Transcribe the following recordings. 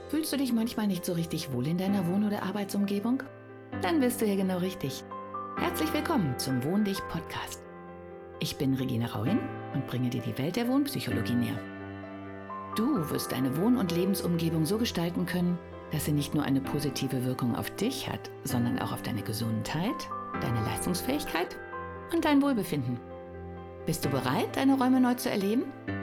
Fühlst du dich manchmal nicht so richtig wohl in deiner Wohn- oder Arbeitsumgebung? Dann bist du hier genau richtig. Herzlich willkommen zum Wohn dich Podcast. Ich bin Regina Rauin und bringe dir die Welt der Wohnpsychologie näher. Du wirst deine Wohn- und Lebensumgebung so gestalten können, dass sie nicht nur eine positive Wirkung auf dich hat, sondern auch auf deine Gesundheit, deine Leistungsfähigkeit und dein Wohlbefinden. Bist du bereit, deine Räume neu zu erleben?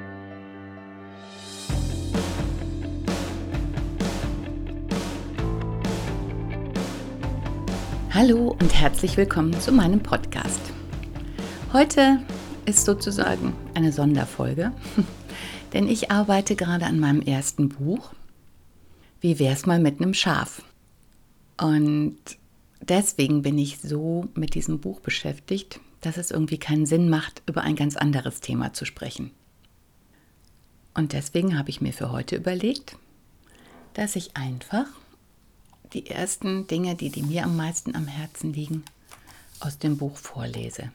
Hallo und herzlich willkommen zu meinem Podcast. Heute ist sozusagen eine Sonderfolge, denn ich arbeite gerade an meinem ersten Buch. Wie wär's mal mit einem Schaf? Und deswegen bin ich so mit diesem Buch beschäftigt, dass es irgendwie keinen Sinn macht, über ein ganz anderes Thema zu sprechen. Und deswegen habe ich mir für heute überlegt, dass ich einfach die ersten Dinge, die mir am meisten am Herzen liegen, aus dem Buch vorlese.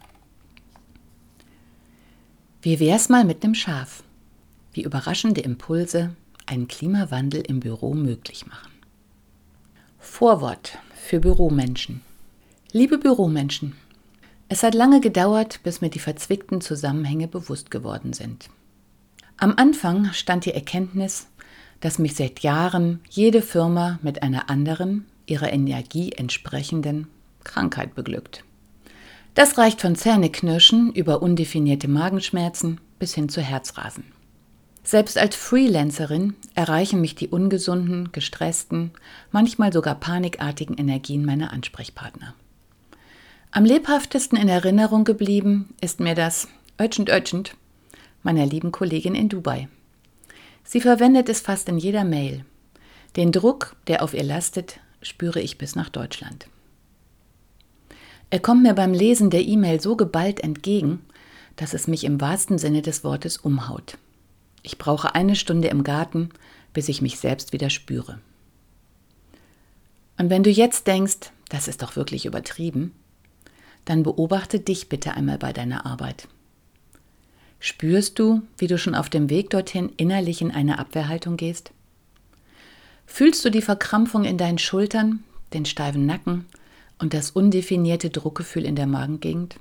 Wie wär's mal mit einem Schaf? Wie überraschende Impulse einen Klimawandel im Büro möglich machen. Vorwort für Büromenschen. Liebe Büromenschen, es hat lange gedauert, bis mir die verzwickten Zusammenhänge bewusst geworden sind. Am Anfang stand die Erkenntnis, dass mich seit Jahren jede Firma mit einer anderen, ihrer Energie entsprechenden Krankheit beglückt. Das reicht von Zähneknirschen über undefinierte Magenschmerzen bis hin zu Herzrasen. Selbst als Freelancerin erreichen mich die ungesunden, gestressten, manchmal sogar panikartigen Energien meiner Ansprechpartner. Am lebhaftesten in Erinnerung geblieben ist mir das Urgent meiner lieben Kollegin in Dubai. Sie verwendet es fast in jeder Mail. Den Druck, der auf ihr lastet, spüre ich bis nach Deutschland. Er kommt mir beim Lesen der E-Mail so geballt entgegen, dass es mich im wahrsten Sinne des Wortes umhaut. Ich brauche 1 Stunde im Garten, bis ich mich selbst wieder spüre. Und wenn du jetzt denkst, das ist doch wirklich übertrieben, dann beobachte dich bitte einmal bei deiner Arbeit. Spürst du, wie du schon auf dem Weg dorthin innerlich in eine Abwehrhaltung gehst? Fühlst du die Verkrampfung in deinen Schultern, den steifen Nacken und das undefinierte Druckgefühl in der Magengegend?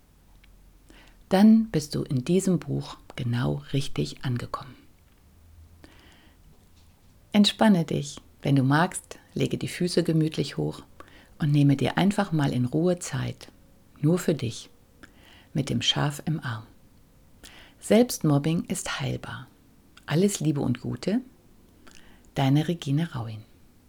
Dann bist du in diesem Buch genau richtig angekommen. Entspanne dich. Wenn du magst, lege die Füße gemütlich hoch und nehme dir einfach mal in Ruhe Zeit, nur für dich, mit dem Schaf im Arm. Selbstmobbing ist heilbar. Alles Liebe und Gute, deine Regine Rauin.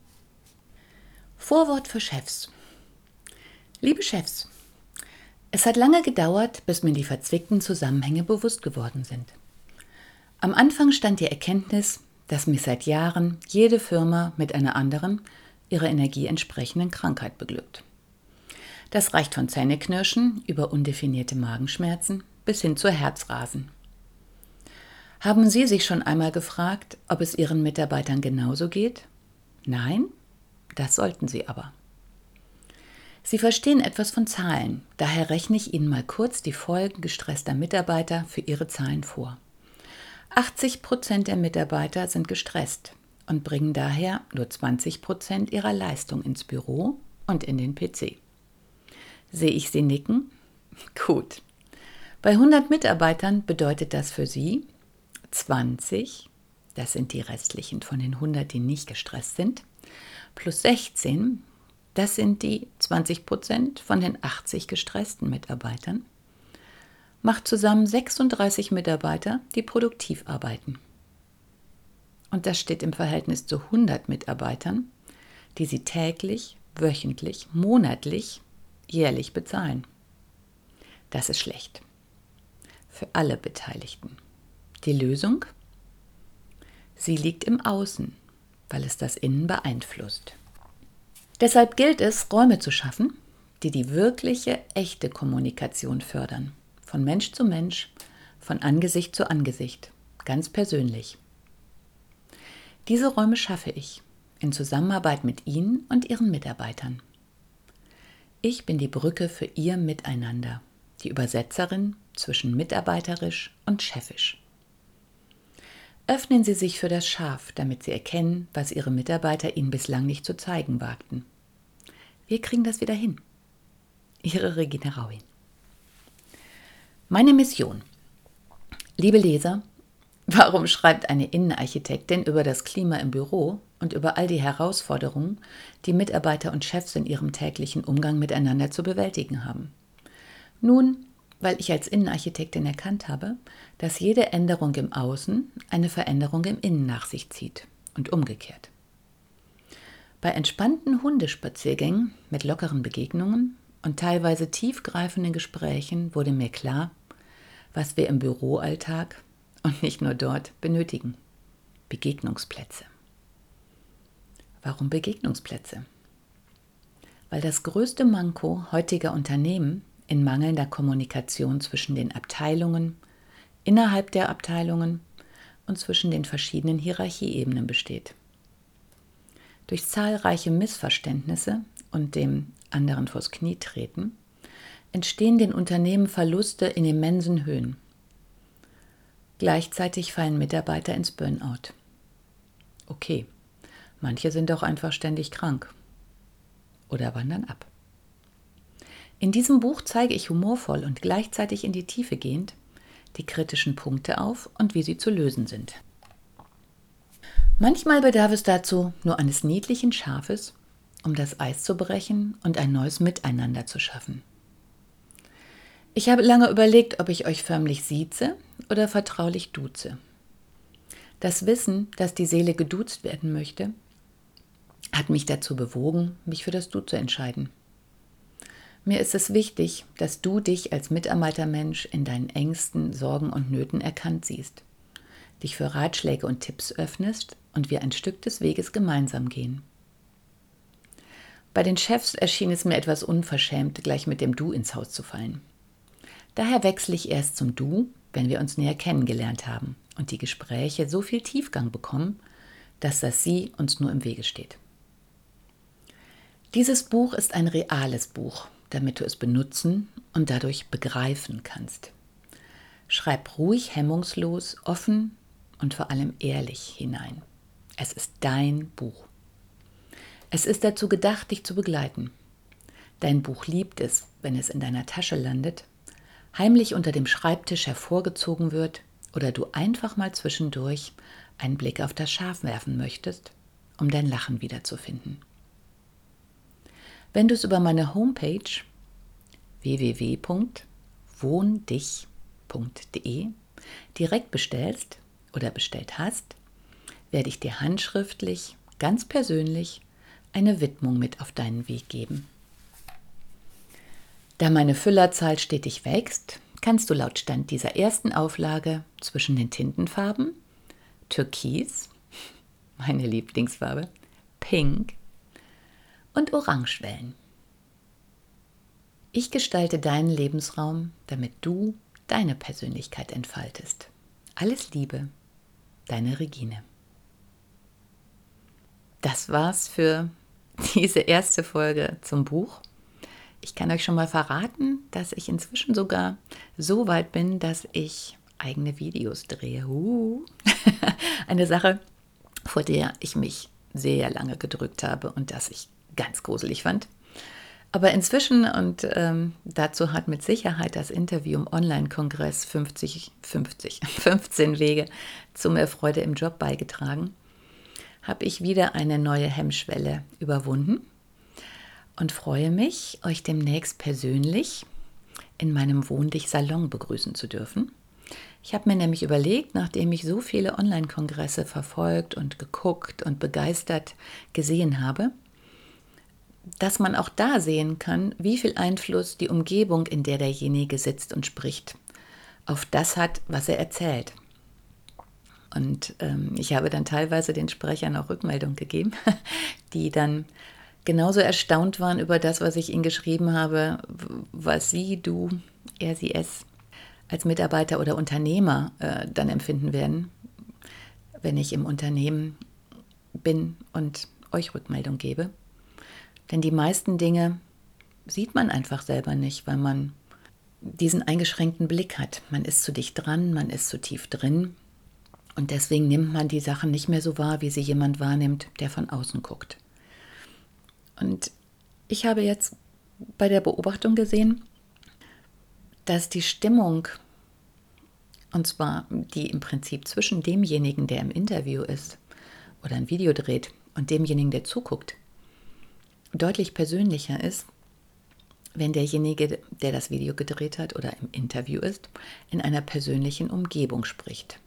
Vorwort für Chefs. Liebe Chefs, es hat lange gedauert, bis mir die verzwickten Zusammenhänge bewusst geworden sind. Am Anfang stand die Erkenntnis, dass mich seit Jahren jede Firma mit einer anderen, ihrer Energie entsprechenden Krankheit beglückt. Das reicht von Zähneknirschen über undefinierte Magenschmerzen bis hin zu Herzrasen. Haben Sie sich schon einmal gefragt, ob es Ihren Mitarbeitern genauso geht? Nein? Das sollten Sie aber. Sie verstehen etwas von Zahlen, daher rechne ich Ihnen mal kurz die Folgen gestresster Mitarbeiter für Ihre Zahlen vor. 80% der Mitarbeiter sind gestresst und bringen daher nur 20% ihrer Leistung ins Büro und in den PC. Sehe ich Sie nicken? Gut. Bei 100 Mitarbeitern bedeutet das für Sie 20, das sind die restlichen von den 100, die nicht gestresst sind, plus 16, das sind die 20% von den 80 gestressten Mitarbeitern, macht zusammen 36 Mitarbeiter, die produktiv arbeiten. Und das steht im Verhältnis zu 100 Mitarbeitern, die Sie täglich, wöchentlich, monatlich, jährlich bezahlen. Das ist schlecht. Für alle Beteiligten. Die Lösung? Sie liegt im Außen, weil es das Innen beeinflusst. Deshalb gilt es, Räume zu schaffen, die die wirkliche, echte Kommunikation fördern. Von Mensch zu Mensch, von Angesicht zu Angesicht, ganz persönlich. Diese Räume schaffe ich in Zusammenarbeit mit Ihnen und Ihren Mitarbeitern. Ich bin die Brücke für Ihr Miteinander, die Übersetzerin zwischen mitarbeiterisch und chefisch. Öffnen Sie sich für das Schaf, damit Sie erkennen, was Ihre Mitarbeiter Ihnen bislang nicht zu zeigen wagten. Wir kriegen das wieder hin. Ihre Regina Raui. Meine Mission. Liebe Leser, warum schreibt eine Innenarchitektin über das Klima im Büro und über all die Herausforderungen, die Mitarbeiter und Chefs in ihrem täglichen Umgang miteinander zu bewältigen haben? Nun, weil ich als Innenarchitektin erkannt habe, dass jede Änderung im Außen eine Veränderung im Innen nach sich zieht und umgekehrt. Bei entspannten Hundespaziergängen mit lockeren Begegnungen und teilweise tiefgreifenden Gesprächen wurde mir klar, was wir im Büroalltag und nicht nur dort benötigen. Begegnungsplätze. Warum Begegnungsplätze? Weil das größte Manko heutiger Unternehmen in mangelnder Kommunikation zwischen den Abteilungen, innerhalb der Abteilungen und zwischen den verschiedenen Hierarchieebenen besteht. Durch zahlreiche Missverständnisse und dem anderen vors Knie treten, entstehen den Unternehmen Verluste in immensen Höhen. Gleichzeitig fallen Mitarbeiter ins Burnout. Okay, manche sind auch einfach ständig krank oder wandern ab. In diesem Buch zeige ich humorvoll und gleichzeitig in die Tiefe gehend die kritischen Punkte auf und wie sie zu lösen sind. Manchmal bedarf es dazu nur eines niedlichen Schafes, um das Eis zu brechen und ein neues Miteinander zu schaffen. Ich habe lange überlegt, ob ich euch förmlich sieze oder vertraulich duze. Das Wissen, dass die Seele geduzt werden möchte, hat mich dazu bewogen, mich für das Du zu entscheiden. Mir ist es wichtig, dass du dich als Mitarbeitermensch in deinen Ängsten, Sorgen und Nöten erkannt siehst, dich für Ratschläge und Tipps öffnest und wir ein Stück des Weges gemeinsam gehen. Bei den Chefs erschien es mir etwas unverschämt, gleich mit dem Du ins Haus zu fallen. Daher wechsle ich erst zum Du, wenn wir uns näher kennengelernt haben und die Gespräche so viel Tiefgang bekommen, dass das Sie uns nur im Wege steht. Dieses Buch ist ein reales Buch, damit du es benutzen und dadurch begreifen kannst. Schreib ruhig, hemmungslos, offen und vor allem ehrlich hinein. Es ist dein Buch. Es ist dazu gedacht, dich zu begleiten. Dein Buch liebt es, wenn es in deiner Tasche landet, heimlich unter dem Schreibtisch hervorgezogen wird oder du einfach mal zwischendurch einen Blick auf das Schaf werfen möchtest, um dein Lachen wiederzufinden. Wenn du es über meine Homepage www.wohndich.de direkt bestellst oder bestellt hast, werde ich dir handschriftlich, ganz persönlich, eine Widmung mit auf deinen Weg geben. Da meine Füllerzahl stetig wächst, kannst du laut Stand dieser ersten Auflage zwischen den Tintenfarben Türkis, meine Lieblingsfarbe, Pink und Orange wählen. Ich gestalte deinen Lebensraum, damit du deine Persönlichkeit entfaltest. Alles Liebe, deine Regine. Das war's für diese erste Folge zum Buch. Ich kann euch schon mal verraten, dass ich inzwischen sogar so weit bin, dass ich eigene Videos drehe. Eine Sache, vor der ich mich sehr lange gedrückt habe und das ich ganz gruselig fand. Aber inzwischen, und dazu hat mit Sicherheit das Interview im Online-Kongress 15 Wege zu mehr Freude im Job beigetragen, habe ich wieder eine neue Hemmschwelle überwunden und freue mich, euch demnächst persönlich in meinem Wohndich-Salon begrüßen zu dürfen. Ich habe mir nämlich überlegt, nachdem ich so viele Online-Kongresse verfolgt und geguckt und begeistert gesehen habe, dass man auch da sehen kann, wie viel Einfluss die Umgebung, in der derjenige sitzt und spricht, auf das hat, was er erzählt. Und ich habe dann teilweise den Sprechern auch Rückmeldung gegeben, die dann genauso erstaunt waren über das, was ich ihnen geschrieben habe, was sie, du, er, sie, es als Mitarbeiter oder Unternehmer dann empfinden werden, wenn ich im Unternehmen bin und euch Rückmeldung gebe. Denn die meisten Dinge sieht man einfach selber nicht, weil man diesen eingeschränkten Blick hat. Man ist zu dicht dran, man ist zu tief drin Und deswegen nimmt man die Sachen nicht mehr so wahr, wie sie jemand wahrnimmt, der von außen guckt. Und ich habe jetzt bei der Beobachtung gesehen, dass die Stimmung, und zwar die im Prinzip zwischen demjenigen, der im Interview ist oder ein Video dreht, und demjenigen, der zuguckt, deutlich persönlicher ist, wenn derjenige, der das Video gedreht hat oder im Interview ist, in einer persönlichen Umgebung spricht.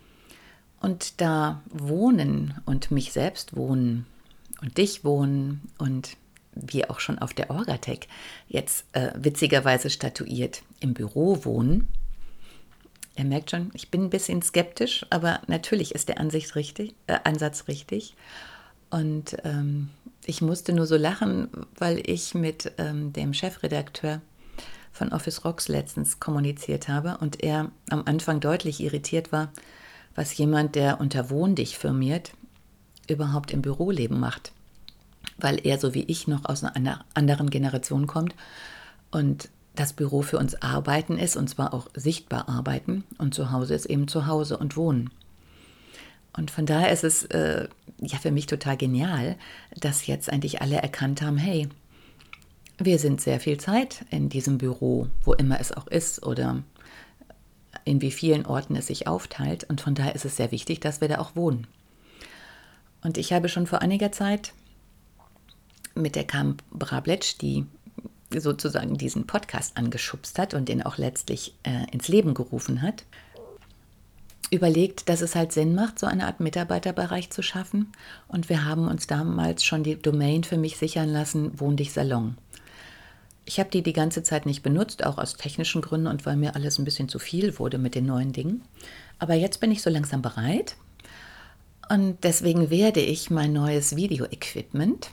Und da Wohnen und mich selbst wohnen und dich wohnen und wie auch schon auf der Orgatec jetzt witzigerweise statuiert im Büro wohnen, ihr merkt schon, ich bin ein bisschen skeptisch, aber natürlich ist der Ansatz richtig. Und ich musste nur so lachen, weil ich mit dem Chefredakteur von Office Rocks letztens kommuniziert habe und er am Anfang deutlich irritiert war, was jemand, der unter Wohndich firmiert, überhaupt im Büroleben macht. Weil er, so wie ich, noch aus einer anderen Generation kommt und das Büro für uns Arbeiten ist, und zwar auch sichtbar arbeiten, und zu Hause ist eben zu Hause und Wohnen. Und von daher ist es ja für mich total genial, dass jetzt eigentlich alle erkannt haben, hey, wir sind sehr viel Zeit in diesem Büro, wo immer es auch ist oder in wie vielen Orten es sich aufteilt. Und von daher ist es sehr wichtig, dass wir da auch wohnen. Und ich habe schon vor einiger Zeit mit der Carmen Brabletsch, die sozusagen diesen Podcast angeschubst hat und den auch letztlich ins Leben gerufen hat, überlegt, dass es halt Sinn macht, so eine Art Mitarbeiterbereich zu schaffen. Und wir haben uns damals schon die Domain für mich sichern lassen, Wohndich Salon. Ich habe die ganze Zeit nicht benutzt, auch aus technischen Gründen und weil mir alles ein bisschen zu viel wurde mit den neuen Dingen. Aber jetzt bin ich so langsam bereit und deswegen werde ich mein neues Video-Equipment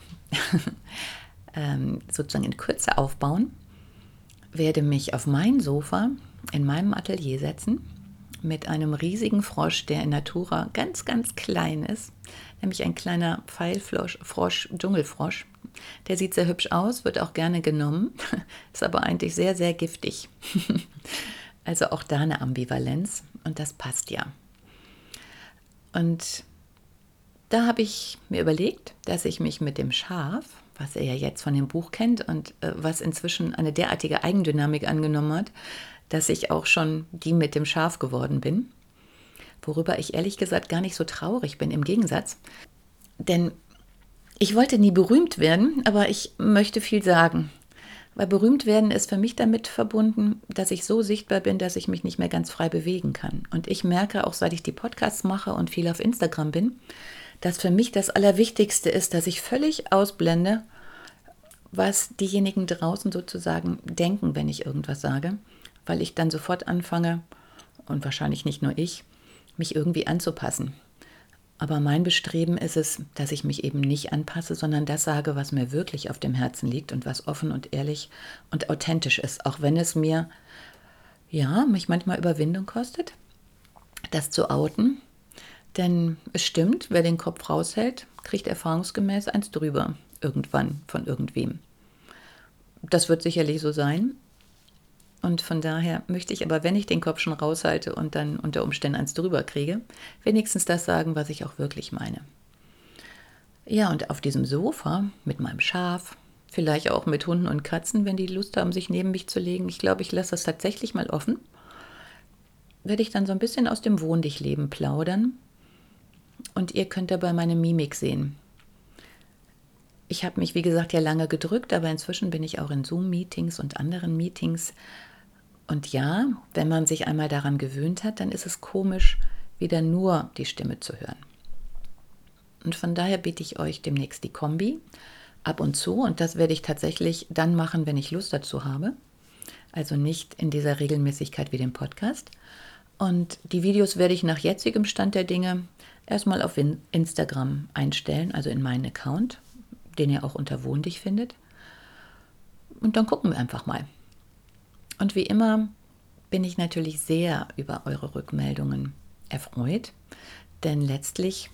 sozusagen in Kürze aufbauen, werde mich auf mein Sofa in meinem Atelier setzen mit einem riesigen Frosch, der in Natura ganz, ganz klein ist, nämlich ein kleiner Pfeilfrosch, Dschungelfrosch. Der sieht sehr hübsch aus, wird auch gerne genommen, ist aber eigentlich sehr, sehr giftig. Also auch da eine Ambivalenz und das passt ja. Und da habe ich mir überlegt, dass ich mich mit dem Schaf, was ihr ja jetzt von dem Buch kennt und was inzwischen eine derartige Eigendynamik angenommen hat, dass ich auch schon die mit dem Schaf geworden bin, worüber ich ehrlich gesagt gar nicht so traurig bin, im Gegensatz. Denn ich wollte nie berühmt werden, aber ich möchte viel sagen. Weil berühmt werden ist für mich damit verbunden, dass ich so sichtbar bin, dass ich mich nicht mehr ganz frei bewegen kann. Und ich merke, auch seit ich die Podcasts mache und viel auf Instagram bin, dass für mich das Allerwichtigste ist, dass ich völlig ausblende, was diejenigen draußen sozusagen denken, wenn ich irgendwas sage, weil ich dann sofort anfange, und wahrscheinlich nicht nur ich, mich irgendwie anzupassen. Aber mein Bestreben ist es, dass ich mich eben nicht anpasse, sondern das sage, was mir wirklich auf dem Herzen liegt und was offen und ehrlich und authentisch ist, auch wenn es mir, ja, mich manchmal Überwindung kostet, das zu outen. Denn es stimmt, wer den Kopf raushält, kriegt erfahrungsgemäß eins drüber, irgendwann von irgendwem. Das wird sicherlich so sein. Und von daher möchte ich aber, wenn ich den Kopf schon raushalte und dann unter Umständen eins drüber kriege, wenigstens das sagen, was ich auch wirklich meine. Ja, und auf diesem Sofa mit meinem Schaf, vielleicht auch mit Hunden und Katzen, wenn die Lust haben, sich neben mich zu legen, ich glaube, ich lasse das tatsächlich mal offen, werde ich dann so ein bisschen aus dem Wohndichleben plaudern und ihr könnt dabei meine Mimik sehen. Ich habe mich, wie gesagt, ja lange gedrückt, aber inzwischen bin ich auch in Zoom-Meetings und anderen Meetings. Und ja, wenn man sich einmal daran gewöhnt hat, dann ist es komisch, wieder nur die Stimme zu hören. Und von daher biete ich euch demnächst die Kombi ab und zu. Und das werde ich tatsächlich dann machen, wenn ich Lust dazu habe. Also nicht in dieser Regelmäßigkeit wie dem Podcast. Und die Videos werde ich nach jetzigem Stand der Dinge erstmal auf Instagram einstellen, also in meinen Account, den ihr auch unter Wohndich findet. Und dann gucken wir einfach mal. Und wie immer bin ich natürlich sehr über eure Rückmeldungen erfreut, denn letztlich,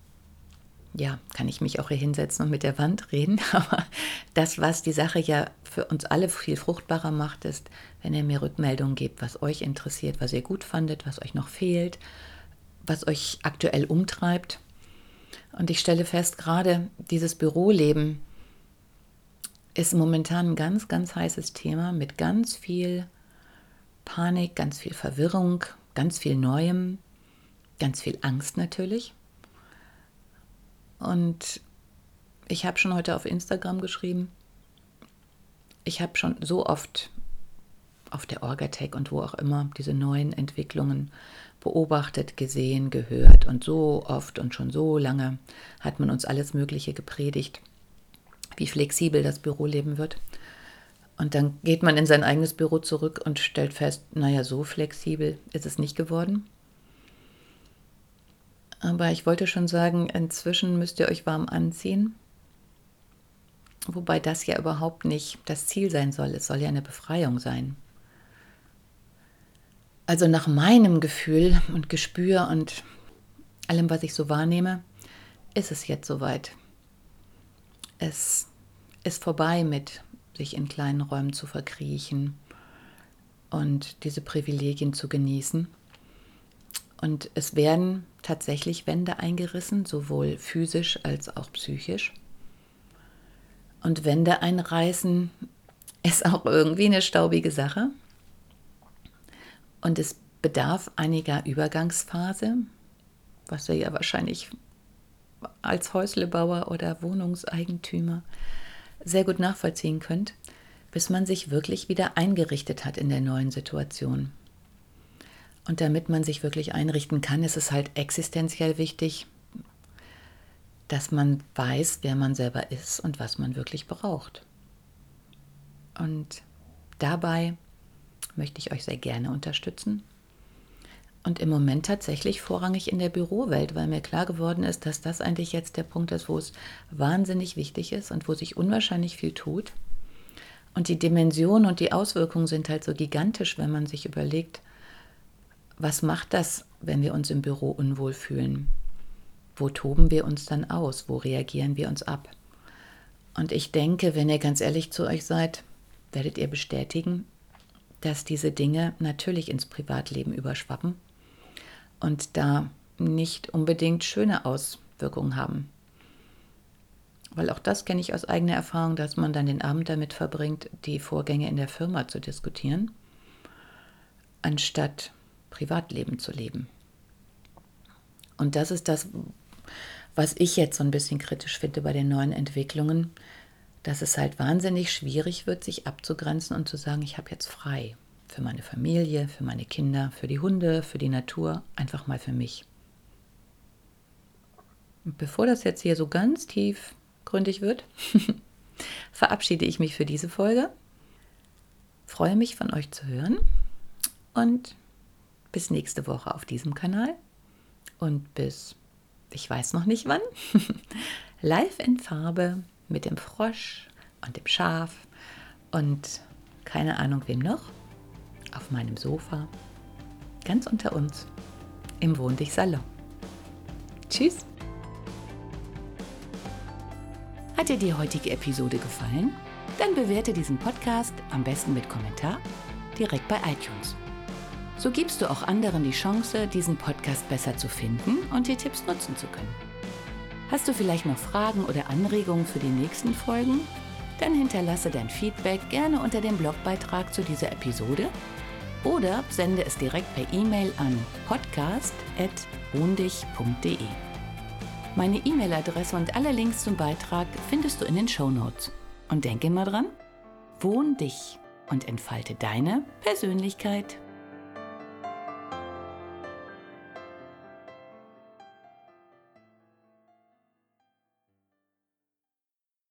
ja, kann ich mich auch hier hinsetzen und mit der Wand reden, aber das, was die Sache ja für uns alle viel fruchtbarer macht, ist, wenn ihr mir Rückmeldungen gebt, was euch interessiert, was ihr gut fandet, was euch noch fehlt, was euch aktuell umtreibt. Und ich stelle fest, gerade dieses Büroleben ist momentan ein ganz, ganz heißes Thema mit ganz viel Panik, ganz viel Verwirrung, ganz viel Neuem, ganz viel Angst natürlich. Und ich habe schon heute auf Instagram geschrieben, ich habe schon so oft auf der Orgatech und wo auch immer diese neuen Entwicklungen beobachtet, gesehen, gehört. Und so oft und schon so lange hat man uns alles Mögliche gepredigt, wie flexibel das Büroleben wird. Und dann geht man in sein eigenes Büro zurück und stellt fest, naja, so flexibel ist es nicht geworden. Aber ich wollte schon sagen, inzwischen müsst ihr euch warm anziehen. Wobei das ja überhaupt nicht das Ziel sein soll. Es soll ja eine Befreiung sein. Also nach meinem Gefühl und Gespür und allem, was ich so wahrnehme, ist es jetzt soweit. Es ist vorbei mit sich in kleinen Räumen zu verkriechen und diese Privilegien zu genießen. Und es werden tatsächlich Wände eingerissen, sowohl physisch als auch psychisch. Und Wände einreißen ist auch irgendwie eine staubige Sache. Und es bedarf einiger Übergangsphase, was ihr ja wahrscheinlich als Häuslebauer oder Wohnungseigentümer sehr gut nachvollziehen könnt, bis man sich wirklich wieder eingerichtet hat in der neuen Situation. Und damit man sich wirklich einrichten kann, ist es halt existenziell wichtig, dass man weiß, wer man selber ist und was man wirklich braucht. Und dabei möchte ich euch sehr gerne unterstützen. Und im Moment tatsächlich vorrangig in der Bürowelt, weil mir klar geworden ist, dass das eigentlich jetzt der Punkt ist, wo es wahnsinnig wichtig ist und wo sich unwahrscheinlich viel tut. Und die Dimension und die Auswirkungen sind halt so gigantisch, wenn man sich überlegt, was macht das, wenn wir uns im Büro unwohl fühlen? Wo toben wir uns dann aus? Wo reagieren wir uns ab? Und ich denke, wenn ihr ganz ehrlich zu euch seid, werdet ihr bestätigen, dass diese Dinge natürlich ins Privatleben überschwappen und da nicht unbedingt schöne Auswirkungen haben. Weil auch das kenne ich aus eigener Erfahrung, dass man dann den Abend damit verbringt, die Vorgänge in der Firma zu diskutieren, anstatt Privatleben zu leben. Und das ist das, was ich jetzt so ein bisschen kritisch finde bei den neuen Entwicklungen, dass es halt wahnsinnig schwierig wird, sich abzugrenzen und zu sagen, ich habe jetzt frei. Für meine Familie, für meine Kinder, für die Hunde, für die Natur, einfach mal für mich. Und bevor das jetzt hier so ganz tiefgründig wird, verabschiede ich mich für diese Folge. Freue mich, von euch zu hören und bis nächste Woche auf diesem Kanal und bis, ich weiß noch nicht wann, live in Farbe mit dem Frosch und dem Schaf und keine Ahnung wem noch, auf meinem Sofa, ganz unter uns, im Wohndich-Salon. Tschüss! Hat dir die heutige Episode gefallen? Dann bewerte diesen Podcast am besten mit Kommentar direkt bei iTunes. So gibst du auch anderen die Chance, diesen Podcast besser zu finden und die Tipps nutzen zu können. Hast du vielleicht noch Fragen oder Anregungen für die nächsten Folgen? Dann hinterlasse dein Feedback gerne unter dem Blogbeitrag zu dieser Episode oder sende es direkt per E-Mail an podcast@wohndich.de. Meine E-Mail-Adresse und alle Links zum Beitrag findest du in den Shownotes. Und denke immer dran, wohn dich und entfalte deine Persönlichkeit.